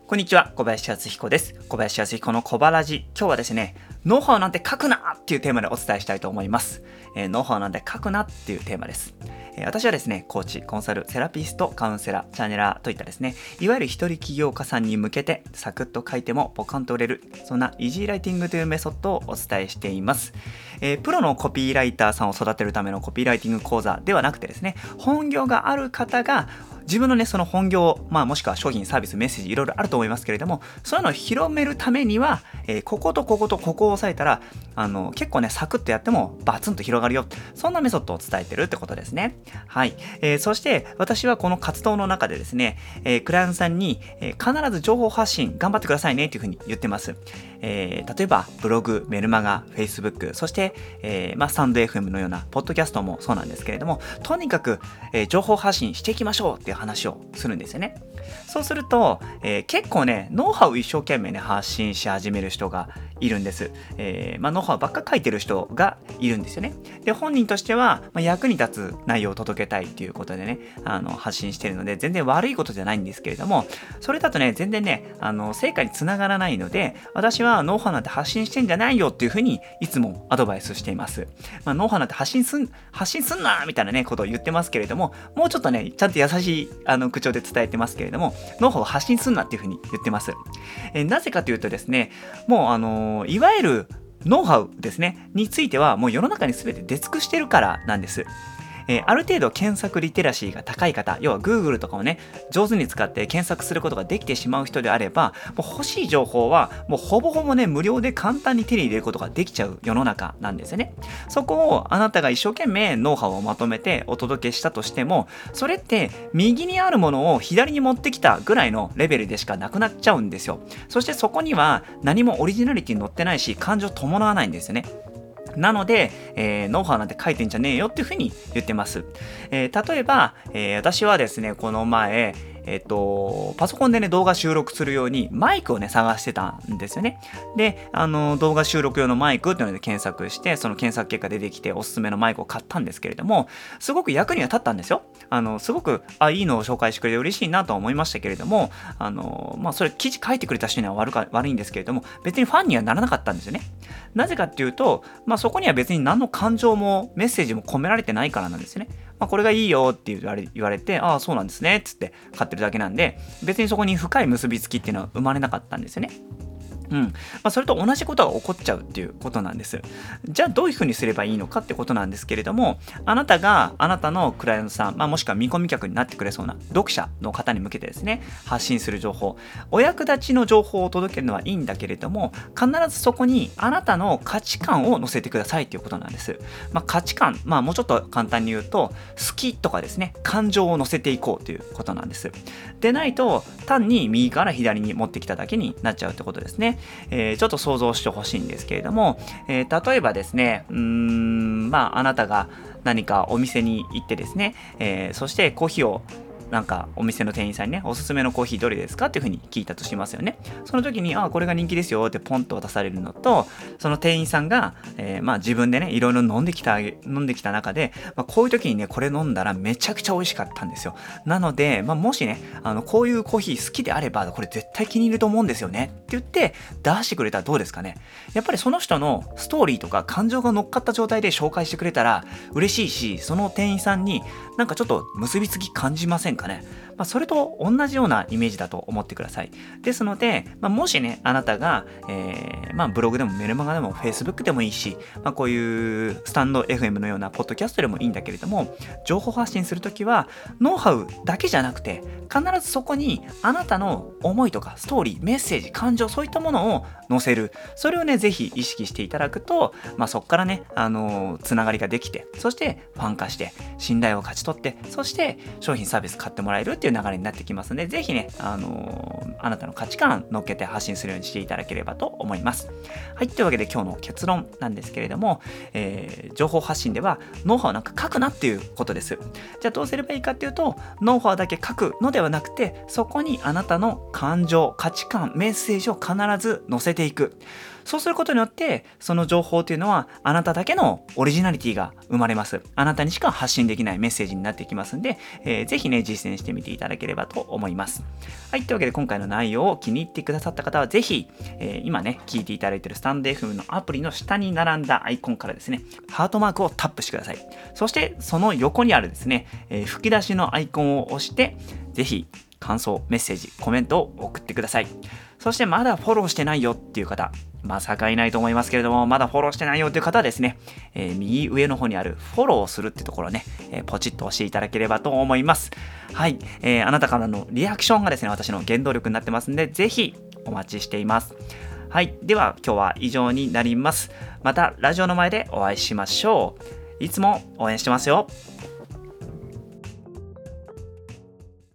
こんにちは、小林敦彦です。小林敦彦の小バラジ。今日はですね、ノウハウなんて書くなっていうテーマでお伝えしたいと思います。ノウハウなんて書くなっていうテーマです。私はですね、コーチ、コンサル、セラピスト、カウンセラー、チャネラーといったですね、いわゆる一人起業家さんに向けてサクッと書いてもポカンと売れる、そんなイージーライティングというメソッドをお伝えしています。プロのコピーライターさんを育てるためのコピーライティング講座ではなくてですね、本業がある方が自分のね、その本業、もしくは商品、サービス、メッセージ、いろいろあると思いますけれども、そういうのを広めるためには、こことこことここを押さえたら、結構ね、サクッとやってもバツンと広がるよ。そんなメソッドを伝えてるってことですね。はい。そして、私はこの活動の中でですね、クライアントさんに、必ず情報発信頑張ってくださいねっていうふうに言ってます。例えば、ブログ、メルマガ、Facebook、そして、スタンド FM のような、ポッドキャストもそうなんですけれども、とにかく、情報発信していきましょうっていう話をするんですよね。そうすると、結構ね、ノウハウ一生懸命ね、発信し始める人がいるんです。ノウハウばっか書いてる人がいるんですよね。で、本人としては、役に立つ内容を届けたいっていうことでね、発信してるので、全然悪いことじゃないんですけれども、それだとね、全然ね、成果につながらないので、私はノウハウなんて発信してんじゃないよっていうふうに、いつもアドバイスしています。ノウハウなんて発信すんなみたいなね、ことを言ってますけれども、もうちょっとね、ちゃんと優しい口調で伝えてますけれども、ノウハウを発信すんなっていうふうに言ってます。なぜかというとですね、もういわゆるノウハウですね、についてはもう世の中に全て出尽くしてるからなんです。ある程度検索リテラシーが高い方、要は Google とかをね、上手に使って検索することができてしまう人であれば、もう欲しい情報はもうほぼほぼね、無料で簡単に手に入れることができちゃう世の中なんですよね。そこをあなたが一生懸命ノウハウをまとめてお届けしたとしても、それって右にあるものを左に持ってきたぐらいのレベルでしかなくなっちゃうんですよ。そしてそこには何もオリジナリティ載ってないし、感情伴わないんですよね。なので、ノウハウなんて書いてんじゃねえよっていうふうに言ってます。例えば、私はですね、この前、パソコンでね、動画収録するようにマイクをね、探してたんですよね。で、動画収録用のマイクっていうので検索して、その検索結果出てきておすすめのマイクを買ったんですけれども、すごく役には立ったんですよ。すごく、いいのを紹介してくれて嬉しいなとは思いましたけれども、それ記事書いてくれた人には悪いんですけれども、別にファンにはならなかったんですよね。なぜかっていうと、そこには別に何の感情もメッセージも込められてないからなんですよね。これがいいよって言われて、ああ、そうなんですね、つって買ってるだけなんで、別にそこに深い結びつきっていうのは生まれなかったんですよね。それと同じことが起こっちゃうっていうことなんです。じゃあどういうふうにすればいいのかってことなんですけれども、あなたがあなたのクライアントさん、もしくは見込み客になってくれそうな読者の方に向けてですね、発信する情報、お役立ちの情報を届けるのはいいんだけれども、必ずそこにあなたの価値観を載せてくださいっていうことなんです。価値観、もうちょっと簡単に言うと、好きとかですね、感情を載せていこうということなんです。でないと、単に右から左に持ってきただけになっちゃうってことですね。ちょっと想像してほしいんですけれども、例えばですね、あなたが何かお店に行ってですね、そしてコーヒーをお店の店員さんにね、おすすめのコーヒーどれですかっていうふうに聞いたとしますよね。その時に、これが人気ですよってポンと渡されるのと、その店員さんが、自分でね、いろいろ飲んできた中で、こういう時にね、これ飲んだらめちゃくちゃ美味しかったんですよ。なので、もしね、こういうコーヒー好きであれば、これ絶対気に入ると思うんですよねって言って出してくれたらどうですかね。やっぱりその人のストーリーとか感情が乗っかった状態で紹介してくれたら嬉しいし、その店員さんにちょっと結びつき感じませんかね。それと同じようなイメージだと思ってください。ですので、もしね、あなたが、ブログでもメルマガでも Facebook でもいいし、こういうスタンド FM のようなポッドキャストでもいいんだけれども、情報発信するときはノウハウだけじゃなくて、必ずそこにあなたの思いとかストーリー、メッセージ、感情、そういったものを載せる。それをね、ぜひ意識していただくと、そこからね、つながりができて、そしてファン化して、信頼を勝ち取って、そして商品サービス買ってもらえるっていう流れになってきますので、ぜひね、あなたの価値観乗っけて発信するようにしていただければと思います。はい、というわけで今日の結論なんですけれども、情報発信ではノウハウ書くなっていうことです。じゃあどうすればいいかっていうと、ノウハウだけ書くのではなくて、そこにあなたの感情、価値観、メッセージを必ず載せていく。そうすることによって、その情報というのはあなただけのオリジナリティが生まれます。あなたにしか発信できないメッセージになってきますんで、ぜひね、実践してみていただければと思います。はい、というわけで今回の内容を気に入ってくださった方は、ぜひ、今ね、聞いていただいているスタンド FM のアプリの下に並んだアイコンからですね、ハートマークをタップしてください。そして、その横にあるですね、吹き出しのアイコンを押して、ぜひ、感想、メッセージ、コメントを送ってください。そしてまだフォローしてないよっていう方、まさかいないと思いますけれども、まだフォローしてないよっていう方はですね、右上の方にあるフォローをするっていうところをね、ポチッと押していただければと思います。はい、あなたからのリアクションがですね、私の原動力になってますんで、ぜひお待ちしています。はい、では今日は以上になります。またラジオの前でお会いしましょう。いつも応援してますよ。